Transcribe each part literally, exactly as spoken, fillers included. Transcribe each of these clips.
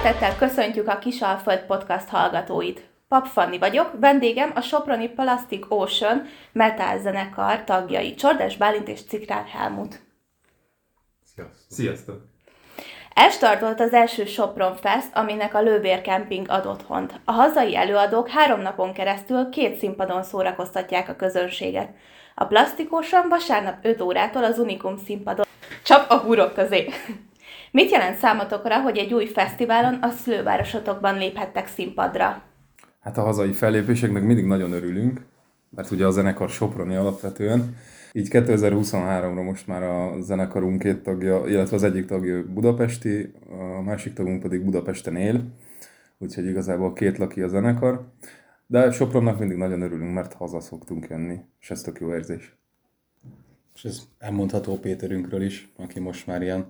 Szeretettel köszöntjük a Kisalföld Podcast hallgatóit. Pap Fanni vagyok, vendégem a soproni Plastic Ocean metal zenekar tagjai, Csordás Bálint és Cikrár Helmut. Sziasztok! Sziasztok! Estartolt az első Sopron Fest, aminek a Lővér Camping ad otthont. A hazai előadók három napon keresztül két színpadon szórakoztatják a közönséget. A Plastic Ocean vasárnap öt órától az Unikum színpadon csap a húrok közé. Mit jelent számotokra, hogy egy új fesztiválon a szülővárosotokban léphettek színpadra? Hát a hazai fellépéseknek mindig nagyon örülünk, mert ugye a zenekar soproni alapvetően. Így kétezer-huszonháromra most már a zenekarunk két tagja, illetve az egyik tagja budapesti, a másik tagunk pedig Budapesten él, úgyhogy igazából két laki a zenekar. De Sopronnak mindig nagyon örülünk, mert haza szoktunk jönni, és ez tök jó érzés. És ez elmondható Péterünkről is, aki most már ilyen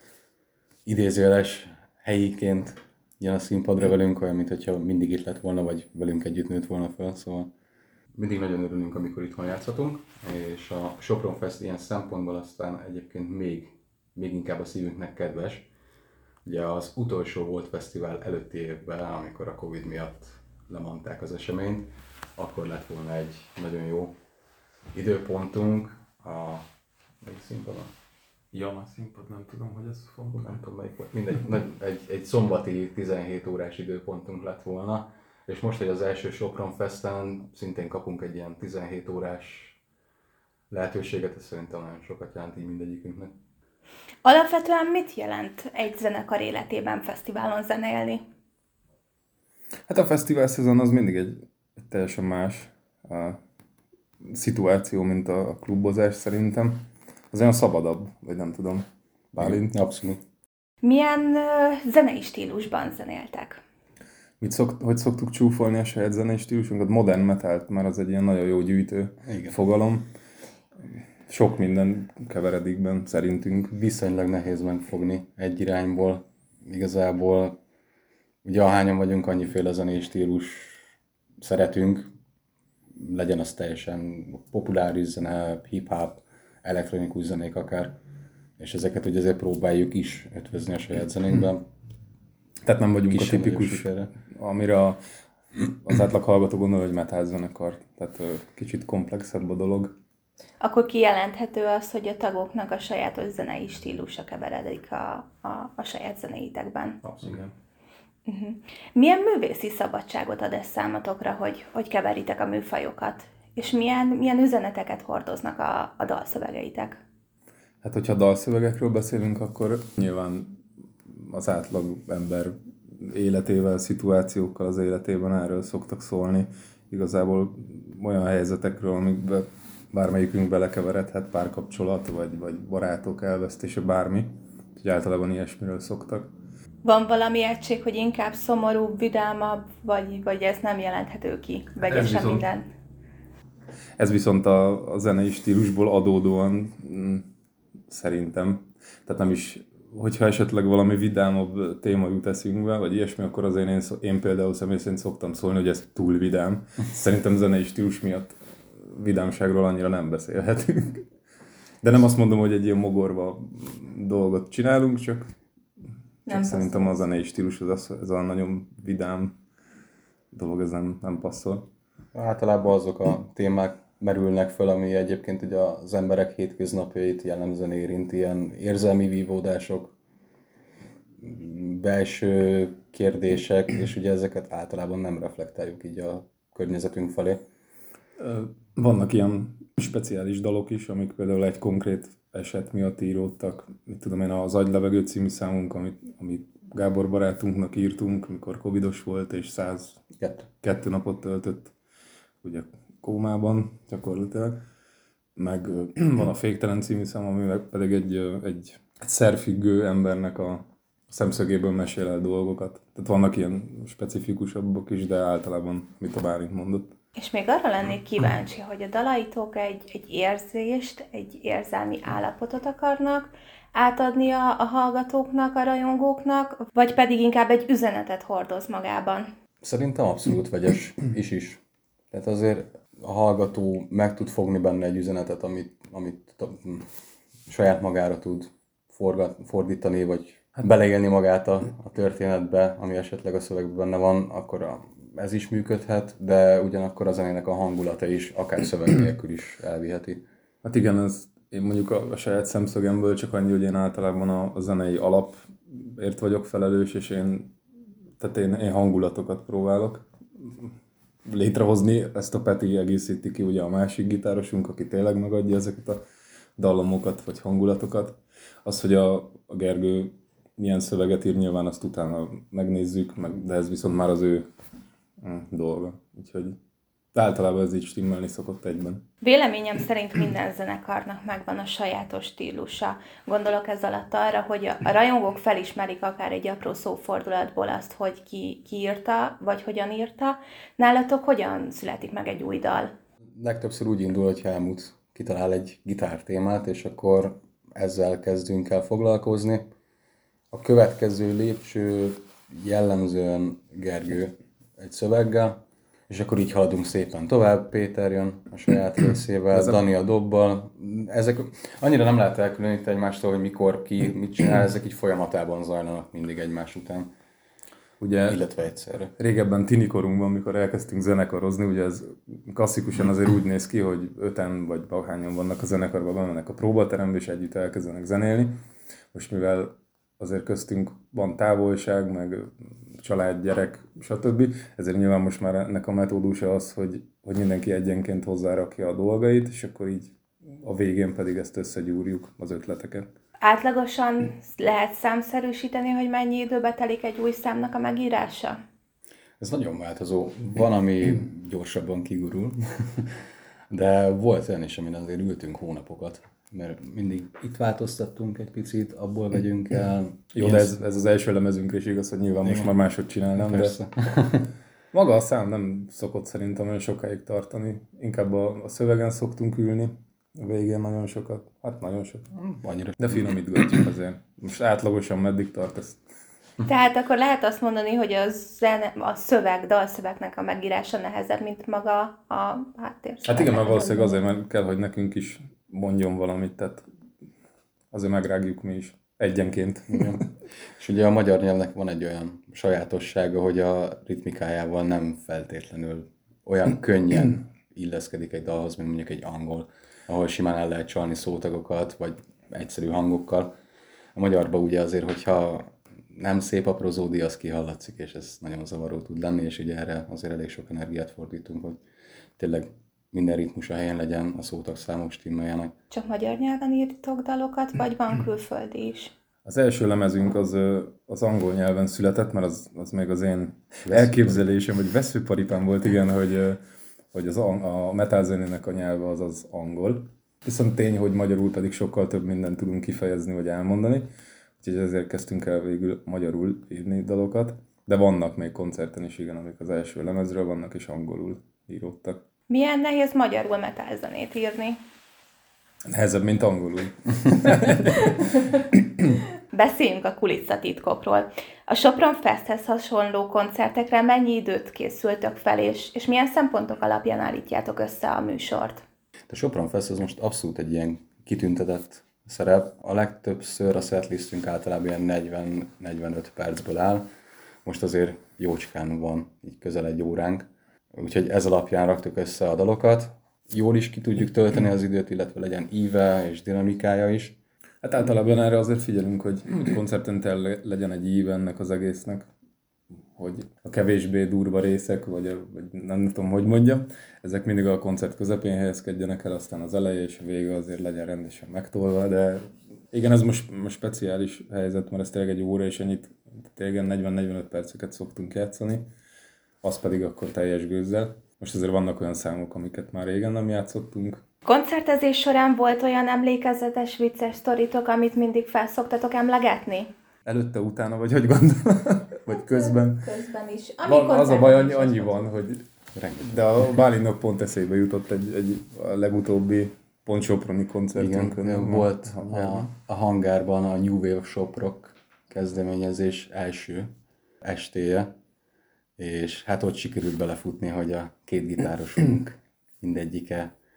idézőjeles helyiként jön a színpadra velünk, olyan, mintha mindig itt lett volna, vagy velünk együtt nőtt volna fel, szóval mindig nagyon örülünk, amikor itthon játszhatunk, és a Sopron Fest ilyen szempontból aztán egyébként még, még inkább a szívünknek kedves. Ugye az utolsó volt fesztivál előtti évben, amikor a Covid miatt lemondták az eseményt, akkor lett volna egy nagyon jó időpontunk a melyik színpadon? Ja, a színpad, nem tudom, hogy ez fontos. Nem tudom melyik volt. Mindegy, egy, egy szombati tizenhét órás időpontunk lett volna. És most, hogy az első Sopron Festen szintén kapunk egy ilyen tizenhét órás lehetőséget, ez szerintem nagyon sokat jelent így mindegyikünknek. Alapvetően mit jelent egy zenekar életében fesztiválon zenélni? Hát a fesztivál szezon az mindig egy, egy teljesen más a szituáció, mint a, a klubozás szerintem. Az olyan szabadabb, vagy nem tudom, Bálint. Abszolút. Milyen uh, zenei stílusban zenéltek? Mit szokt, hogy szoktuk csúfolni a saját zenei stílusunkat? Modern metalt, már az egy ilyen nagyon jó gyűjtő Igen. fogalom. Sok minden keveredikben szerintünk. Viszonylag nehéz megfogni egy irányból. Igazából ugye ahányan vagyunk, annyiféle zenei stílus szeretünk. Legyen az teljesen populáris zene, hip-hop, elektronikus zenék akár. És ezeket ugye azért próbáljuk is ötvözni a saját zenénkben. Tehát nem vagyunk a tipikus, amire az átlag hallgató gondol, hogy metal zenekar. Tehát kicsit komplexebb a dolog. Akkor kijelenthető az, hogy a tagoknak a sajátos zenei stílusa keveredik a, a, a saját zenéitekben. Abszolút. Uh-huh. Milyen művészi szabadságot ad ez számotokra, hogy, hogy keveritek a műfajokat? És milyen, milyen üzeneteket hordoznak a, a dalszövegeitek? Hát, hogyha dalszövegekről beszélünk, akkor nyilván az átlag ember életével, szituációkkal az életében erről szoktak szólni. Igazából olyan helyzetekről, amikbe bármelyikünk belekeveredhet, párkapcsolat, vagy, vagy barátok elvesztése, bármi. Úgyhogy általában ilyesmiről szoktak. Van valami egység, hogy inkább szomorúbb, vidámabb, vagy, vagy ez nem jelenthető ki? Vegyesen viszont, minden? Ez viszont a, a zenei stílusból adódóan mm, szerintem. Tehát nem is, hogyha esetleg valami vidámabb téma jut eszünkbe, vagy ilyesmi, akkor azért én, én például személy szerint szoktam szólni, hogy ez túl vidám. Szerintem zenei stílus miatt vidámságról annyira nem beszélhetünk. De nem azt mondom, hogy egy ilyen mogorva dolgot csinálunk, csak, csak szerintem a zenei stílus, az, ez a nagyon vidám dolog, ez nem, nem passzol. Általában azok a témák merülnek fel, ami egyébként ugye az emberek hétköznapjait jellemzően érint, ilyen érzelmi vívódások, belső kérdések, és ugye ezeket általában nem reflektáljuk így a környezetünk felé. Vannak ilyen speciális dalok is, amik például egy konkrét eset miatt íródtak. Mit tudom én, az Agylevegő című számunk, amit, amit Gábor barátunknak írtunk, amikor covidos volt, és száz kettő napot töltött ugye kómában gyakorlatilag. Meg van a Féktelen című szám, ami meg pedig egy, egy, egy szerfüggő embernek a szemszögéből mesél el dolgokat. Tehát vannak ilyen specifikusabbak is, de általában, mit a Bálint mondott. És még arra lennék kíváncsi, hogy a dalaitok egy, egy érzést, egy érzelmi állapotot akarnak átadni a, a hallgatóknak, a rajongóknak, vagy pedig inkább egy üzenetet hordoz magában? Szerintem abszolút vegyes is is. Tehát azért a hallgató meg tud fogni benne egy üzenetet, amit, amit saját magára tud forgat, fordítani, vagy beleélni magát a, a történetbe, ami esetleg a szövegben benne van, akkor a, ez is működhet, de ugyanakkor a zenének a hangulata is, akár szöveg nélkül is elviheti. Hát igen, ez én mondjuk a, a saját szemszögemből csak annyi, hogy én általában a, a zenei alapért vagyok felelős, és én, tehát én, én hangulatokat próbálok létrehozni. Ezt a Peti egészíti ki, ugye a másik gitárosunk, aki tényleg megadja ezeket a dallamokat vagy hangulatokat. Az, hogy a, a Gergő milyen szöveget ír, nyilván azt utána megnézzük, meg, de ez viszont már az ő mm, dolga. Úgyhogy általában ez így stimmelni szokott egyben. Véleményem szerint minden zenekarnak megvan a sajátos stílusa. Gondolok ez alatt arra, hogy a rajongók felismerik akár egy apró szófordulatból azt, hogy ki, ki írta, vagy hogyan írta. Nálatok hogyan születik meg egy új dal? Legtöbbször úgy indul, hogy Helmut kitalál egy gitártémát, és akkor ezzel kezdünk el foglalkozni. A következő lépcső jellemzően Gergő egy szöveggel, és akkor így haladunk szépen tovább, Péter jön a saját részével, Dani a dobbal. Ezek annyira nem lehet elkülöníteni egymástól, hogy mikor ki mit csinál, ezek így folyamatában zajlanak mindig egymás után. Ugye, illetve egyszerre. Régebben tinikorunkban, amikor elkezdtünk zenekarozni, ugye ez klasszikusan azért úgy néz ki, hogy öten vagy bahányan vannak a zenekarban, bemennek a próbaterembe, és együtt elkezdenek zenélni. Most mivel azért köztünk van távolság, meg család, gyerek, stb. Ezért nyilván most már ennek a metódusa az, hogy, hogy mindenki egyenként hozzárakja a dolgait, és akkor így a végén pedig ezt összegyúrjuk, az ötleteket. Átlagosan lehet számszerűsíteni, hogy mennyi időbe telik egy új számnak a megírása? Ez nagyon változó. Van, ami gyorsabban kigurul, de volt olyan is, amin azért ültünk hónapokat. Mert mindig itt változtattunk egy picit, abból vegyünk el. Jó, de ez, ez az első lemezünkre is igaz, hogy nyilván most már máshogy csinálnám, de maga a szám nem szokott szerintem olyan sokáig tartani. Inkább a, a szövegen szoktunk ülni, a végén nagyon sokat, hát nagyon sokat. Annyira. De finomítgatjuk azért. Most átlagosan meddig tart ez? Tehát akkor lehet azt mondani, hogy a, zene, a szöveg, dalszövegnek a megírása nehezebb, mint maga a háttér. Hát igen, mert valószínűleg azért, mert kell, hogy nekünk is mondjon valamit, tehát azért megrágjuk mi is egyenként. És ugye a magyar nyelvnek van egy olyan sajátossága, hogy a ritmikájával nem feltétlenül olyan könnyen illeszkedik egy dalhoz, mint mondjuk egy angol, ahol simán el lehet csalni szótagokat, vagy egyszerű hangokkal. A magyarban ugye azért, hogyha nem szép a prozódia, az kihallatszik, és ez nagyon zavaró tud lenni, és ugye erre azért elég sok energiát fordítunk, hogy tényleg minden ritmus a helyen legyen, a szótagszámok stimmeljenek. Csak magyar nyelven írtok dalokat, vagy van külföldi is? Az első lemezünk az, az angol nyelven született, mert az, az még az én elképzelésem, vagy veszőparipám volt, igen, hogy, hogy az, a metal zenének a nyelve az az angol. Viszont tény, hogy magyarul pedig sokkal több mindent tudunk kifejezni, vagy elmondani. Úgyhogy ezért kezdtünk el végül magyarul írni dalokat. De vannak még koncerten is, igen, amik az első lemezről vannak, és angolul íródtak. Milyen nehéz magyarul metal zenét írni? Nehezebb, mint angolul. Beszéljünk a kulisszatitkokról. A Sopron Festhez hasonló koncertekre mennyi időt készültök fel, és, és milyen szempontok alapján állítjátok össze a műsort? A Sopron Fest az most abszolút egy ilyen kitüntetett szerep. A legtöbbször a setlistünk általában ilyen negyven-negyvenöt percből áll. Most azért jócskán van, így közel egy óránk. Úgyhogy ez alapján raktuk össze a dalokat. Jól is ki tudjuk tölteni az időt, illetve legyen íve és dinamikája is. Hát általában erre azért figyelünk, hogy koncerten legyen egy íve ennek az egésznek, hogy a kevésbé durva részek, vagy, a, vagy nem tudom, hogy mondjam, ezek mindig a koncert közepén helyezkedjenek el, aztán az eleje és a vége azért legyen rendesen megtolva, de igen, ez most, most speciális helyzet, mert ez tényleg egy óra, és ennyit, tényleg negyven-negyvenöt perceket szoktunk játszani, az pedig akkor teljes gőzzel. Most azért vannak olyan számok, amiket már régen nem játszottunk. Koncertezés során volt olyan emlékezetes, vicces sztoritok, amit mindig felszoktatok emlegetni? Előtte, utána, vagy hogy gondolom? Vagy közben? Közben is. Van, az a baj, annyi, annyi van, hogy... De a Bálinnak pont eszébe jutott egy, egy a legutóbbi pont soproni koncertünkön. Igen, volt a, a hangárban a New Wave Shop Rock kezdeményezés első estéje, és hát ott sikerült belefutni, hogy a két gitárosunk mindegyike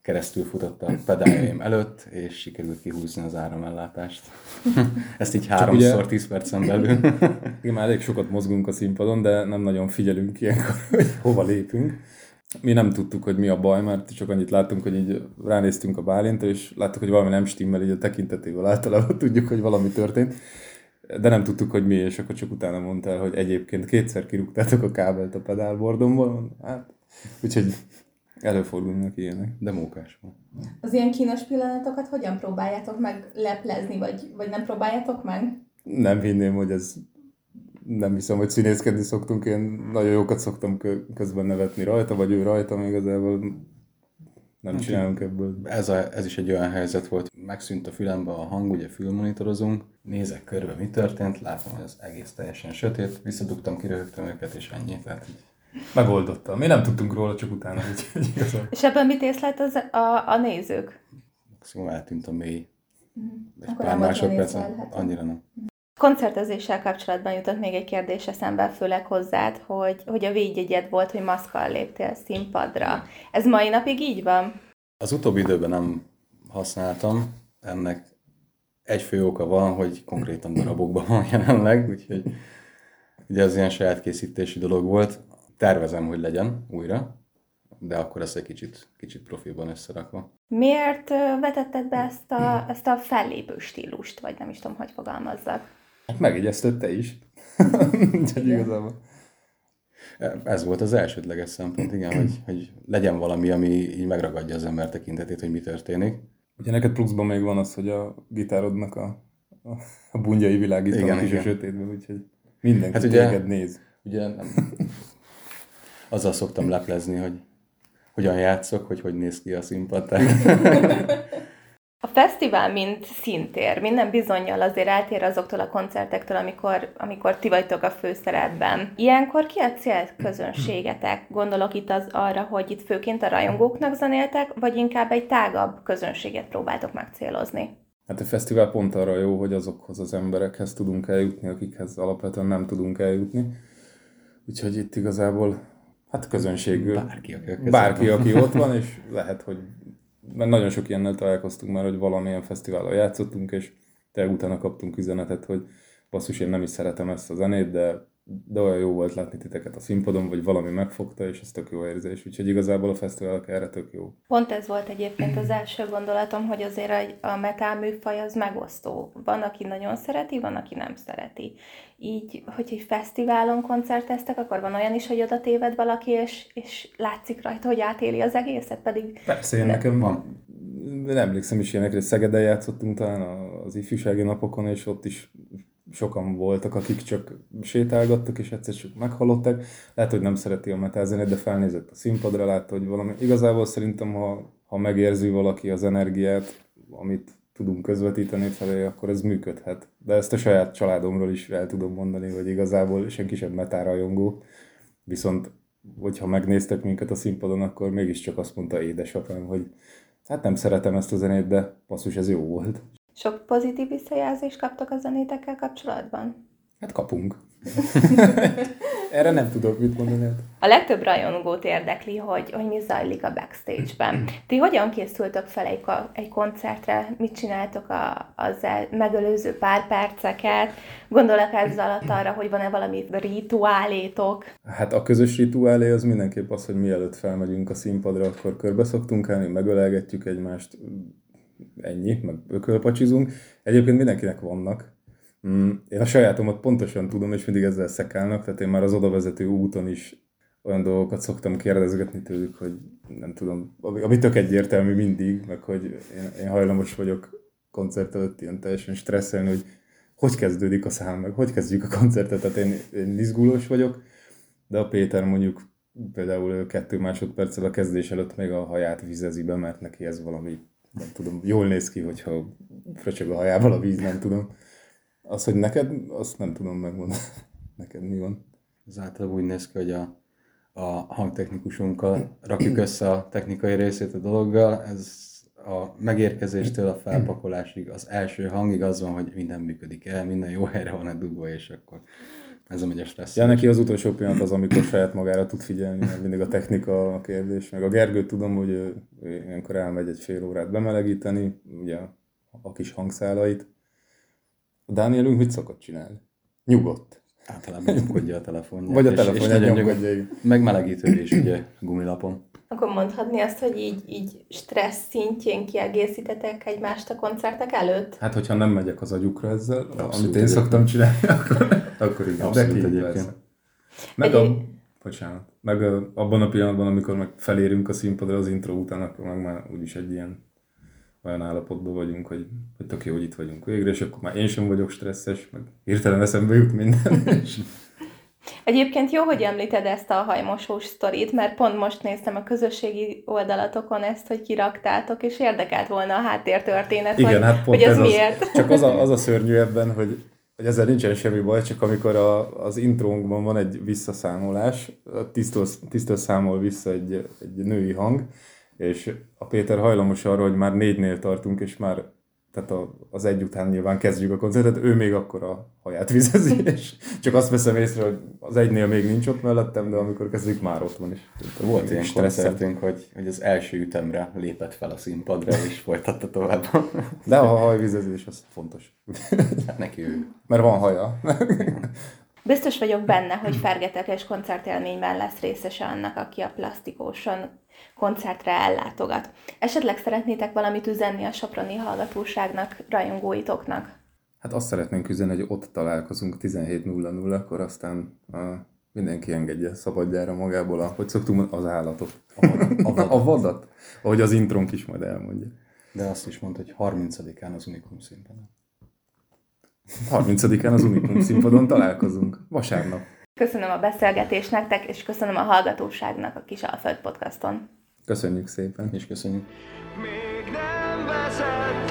keresztül futott a pedáljaim előtt, és sikerült kihúzni az áramellátást. Ezt így háromszor ugye... tíz percen belül. Igen, már elég sokat mozgunk a színpadon, de nem nagyon figyelünk ilyenkor, hogy hova lépünk. Mi nem tudtuk, hogy mi a baj, mert csak annyit láttunk, hogy így ránéztünk a Bálintra, és láttuk, hogy valami nem stimmel, így a tekintetével általában tudjuk, hogy valami történt. De nem tudtuk, hogy mi, és akkor csak utána mondta el, hogy egyébként kétszer kirúgtátok a kábelt a pedálbordomból. Hát, úgyhogy előfordulnak ilyenek. De mókás van. Az ilyen kínos pillanatokat hogyan próbáljátok meg leplezni, vagy, vagy nem próbáljátok meg? Nem hinném, hogy ez... Nem hiszem, hogy színészkedni szoktunk. Én nagyon jókat szoktam közben nevetni rajta, vagy ő rajta, még igazából nem csinálunk ebből. Ez, a, ez is egy olyan helyzet volt. Megszűnt a fülembe a hang, ugye fülmonitorozunk. Nézek körbe, mi történt, látom, hogy az egész teljesen sötét. Visszadugtam, kiröhögtem őket, és ennyi. Tehát így... Megoldottam. Mi nem tudtunk róla, csak utána. Úgy, és ebben mit észlelt az, a, a nézők? Maximum eltűnt a mély. Mm. Egy pár másodpercen, annyira nem. Koncertezéssel kapcsolatban jutott még egy kérdés eszembe, főleg hozzád, hogy, hogy a védjegyed volt, hogy maszkkal léptél színpadra. Ez mai napig így van? Az utóbbi időben nem használtam. Ennek egy fő oka van, hogy konkrétan darabokban van jelenleg, úgyhogy ugye ez ilyen saját készítési dolog volt. Tervezem, hogy legyen újra, de akkor ezt egy kicsit, kicsit profilban összerakva. Miért vetetted be ezt a, ezt a fellépő stílust, vagy nem is tudom, hogy fogalmazzak? Hát megjegyezted te is. igazából. Ez volt az elsődleges szempont, igen, hogy, hogy legyen valami, ami így megragadja az ember tekintetét, hogy mi történik. Ugye neked pluszban még van az, hogy a gitárodnak a, a, a bungyai világítanak is a sötétben, úgyhogy mindenki hát ugye, téged néz. Ugye nem, azzal szoktam leplezni, hogy hogyan játszok, hogy hogy néz ki a színpad. A fesztivál, mint színtér, minden bizonnyal azért eltér azoktól a koncertektől, amikor, amikor ti vagytok a főszerepben. Ilyenkor ki a célközönségetek? Gondolok itt az arra, hogy itt főként a rajongóknak zenéltek, vagy inkább egy tágabb közönséget próbáltok megcélozni? Hát a fesztivál pont arra jó, hogy azokhoz az emberekhez tudunk eljutni, akikhez alapvetően nem tudunk eljutni. Úgyhogy itt igazából hát közönség, bárki, aki, bárki, aki ott van, és lehet, hogy mert nagyon sok ilyennel találkoztunk már, hogy valamilyen fesztiválon játszottunk, és te utána kaptunk üzenetet, hogy basszus, én nem is szeretem ezt a zenét, de, de olyan jó volt látni titeket a színpadon, vagy valami megfogta, és ez tök jó érzés. Úgyhogy igazából a fesztiválok erre tök jó. Pont ez volt egyébként az első gondolatom, hogy azért a metal műfaj az megosztó. Van, aki nagyon szereti, van, aki nem szereti. Így, hogy egy fesztiválon koncerteztek, akkor van olyan is, hogy oda téved valaki, és, és látszik rajta, hogy átéli az egészet, pedig... Persze, én nekem van. Nem emlékszem is ilyenekre, hogy Szegeden játszottunk talán az ifjúsági napokon, és ott is sokan voltak, akik csak sétálgattak, és egyszer csak meghallották. Lehet, hogy nem szereti a metal zenét, de felnézett a színpadra, látta, hogy valami... Igazából szerintem, ha, ha megérzi valaki az energiát, amit tudunk közvetíteni felé, akkor ez működhet. De ezt a saját családomról is el tudom mondani, hogy igazából senki sem metal rajongó. Viszont, hogyha megnéztek minket a színpadon, akkor mégiscsak azt mondta édesapám, hogy hát nem szeretem ezt a zenét, de basszus, ez jó volt. Sok pozitív visszajelzést kaptak a zenétekkel kapcsolatban? Hát kapunk. Erre nem tudok mit mondani. A legtöbb rajongót érdekli, hogy, hogy mi zajlik a backstage-ben. Ti hogyan készültök fel egy, egy koncertre? Mit csináltok a, az megelőző pár perceket? Gondolok ezzel alatt arra, hogy van-e valami rituálétok? Hát a közös rituálé az mindenképp az, hogy mielőtt felmegyünk a színpadra, akkor körbe szoktunk állni, megölelgetjük egymást, ennyi, meg ökölpacsizunk. Egyébként mindenkinek vannak. Én a sajátomat pontosan tudom, és mindig ezzel szekálnak, tehát én már az odavezető úton is olyan dolgokat szoktam kérdezgetni tőlük, hogy nem tudom, ami tök egyértelmű mindig, meg hogy én, én hajlamos vagyok koncert előtt ilyen teljesen stresszelni, hogy hogy kezdődik a szám, meg hogy kezdjük a koncertet, tehát én, én izgulós vagyok, de a Péter mondjuk például kettő másodperccel a kezdés előtt még a haját vizezi be, mert neki ez valami, nem tudom, jól néz ki, hogyha fröcsög a hajával a víz, nem tudom. Az, hogy neked, azt nem tudom megmondani. Neked mi van? Az általában úgy néz ki, hogy a, a hangtechnikusunkkal rakjuk össze a technikai részét a dologgal. Ez a megérkezéstől a felpakolásig, az első hangig az van, hogy minden működik el, minden jó helyre van a dugva, és akkor Ez megy a stressz. Ja, neki az utolsó pillanat az, amikor saját magára tud figyelni, mert mindig a technika a kérdés. Meg a Gergőt tudom, hogy ő, ő ilyenkor elmegy egy fél órát bemelegíteni, ugye a kis hangszálait. A Dánielünk mit szokott csinálni? Nyugodt. Általában nyomkodja a telefonját. Vagy a telefonját nyomkodja. Megmelegítő is ugye gumilapon. Akkor mondhatni azt, hogy így, így stressz szintjén kiegészítetek egymást a koncertek előtt? Hát, hogyha nem megyek az agyukra ezzel, Abszolút amit én egyébként. szoktam csinálni, akkor, akkor igen. Abszolút De ki, egyébként. persze. Meg, Egy- a, bocsánat, meg a, abban a pillanatban, amikor meg felérünk a színpadra az intro után, akkor meg már úgyis egy ilyen olyan állapotban vagyunk, hogy, hogy tök jó, hogy itt vagyunk végre, és akkor már én sem vagyok stresszes, meg hirtelen eszembe jut minden. És Egyébként jó, hogy említed ezt a hajmosós sztorit, mert pont most néztem a közösségi oldalatokon ezt, hogy kiraktátok, és érdekelt volna a háttértörténet, igen, hogy, hát pont hogy ez, ez az, miért. csak az a, az a szörnyű ebben, hogy, hogy ezzel nincsen semmi baj, csak amikor a, az intrónkban van egy visszaszámolás, tisztől, tisztől számol vissza egy, egy női hang, és a Péter hajlamos arra, hogy már négynél tartunk, és már tehát a, az egy után nyilván kezdjük a koncertet, ő még akkor a haját vizezi, és csak azt veszem észre, hogy az egynél még nincs ott mellettem, de amikor kezdjük, már ott van is. Volt ilyen koncertünk, hogy, hogy az első ütemre lépett fel a színpadra, és folytatta tovább. De a hajvizezés az fontos. Hát neki ő. Mert van haja. Biztos vagyok benne, hogy fergeteges koncertélményben lesz részese annak, aki a Plastic koncertre ellátogat. Esetleg szeretnétek valamit üzenni a soproni hallgatóságnak, rajongóitoknak? Hát azt szeretnénk üzenni, hogy ott találkozunk tizenhét nulla nullakor, aztán a, mindenki engedje szabadjára magából, a, hogy szoktunk mondani, az állatot. A vadat. A vadat. A vadat. Ahogy az intrónk is majd elmondja. De azt is mondta, hogy harmincadikán az Unikum színpadon. harmincadikán az Unikum színpadon találkozunk. Vasárnap. Köszönöm a beszélgetést nektek, és köszönöm a hallgatóságnak a Kisalföld podcaston. Köszönjük szépen. És köszönjük. Még nem veszett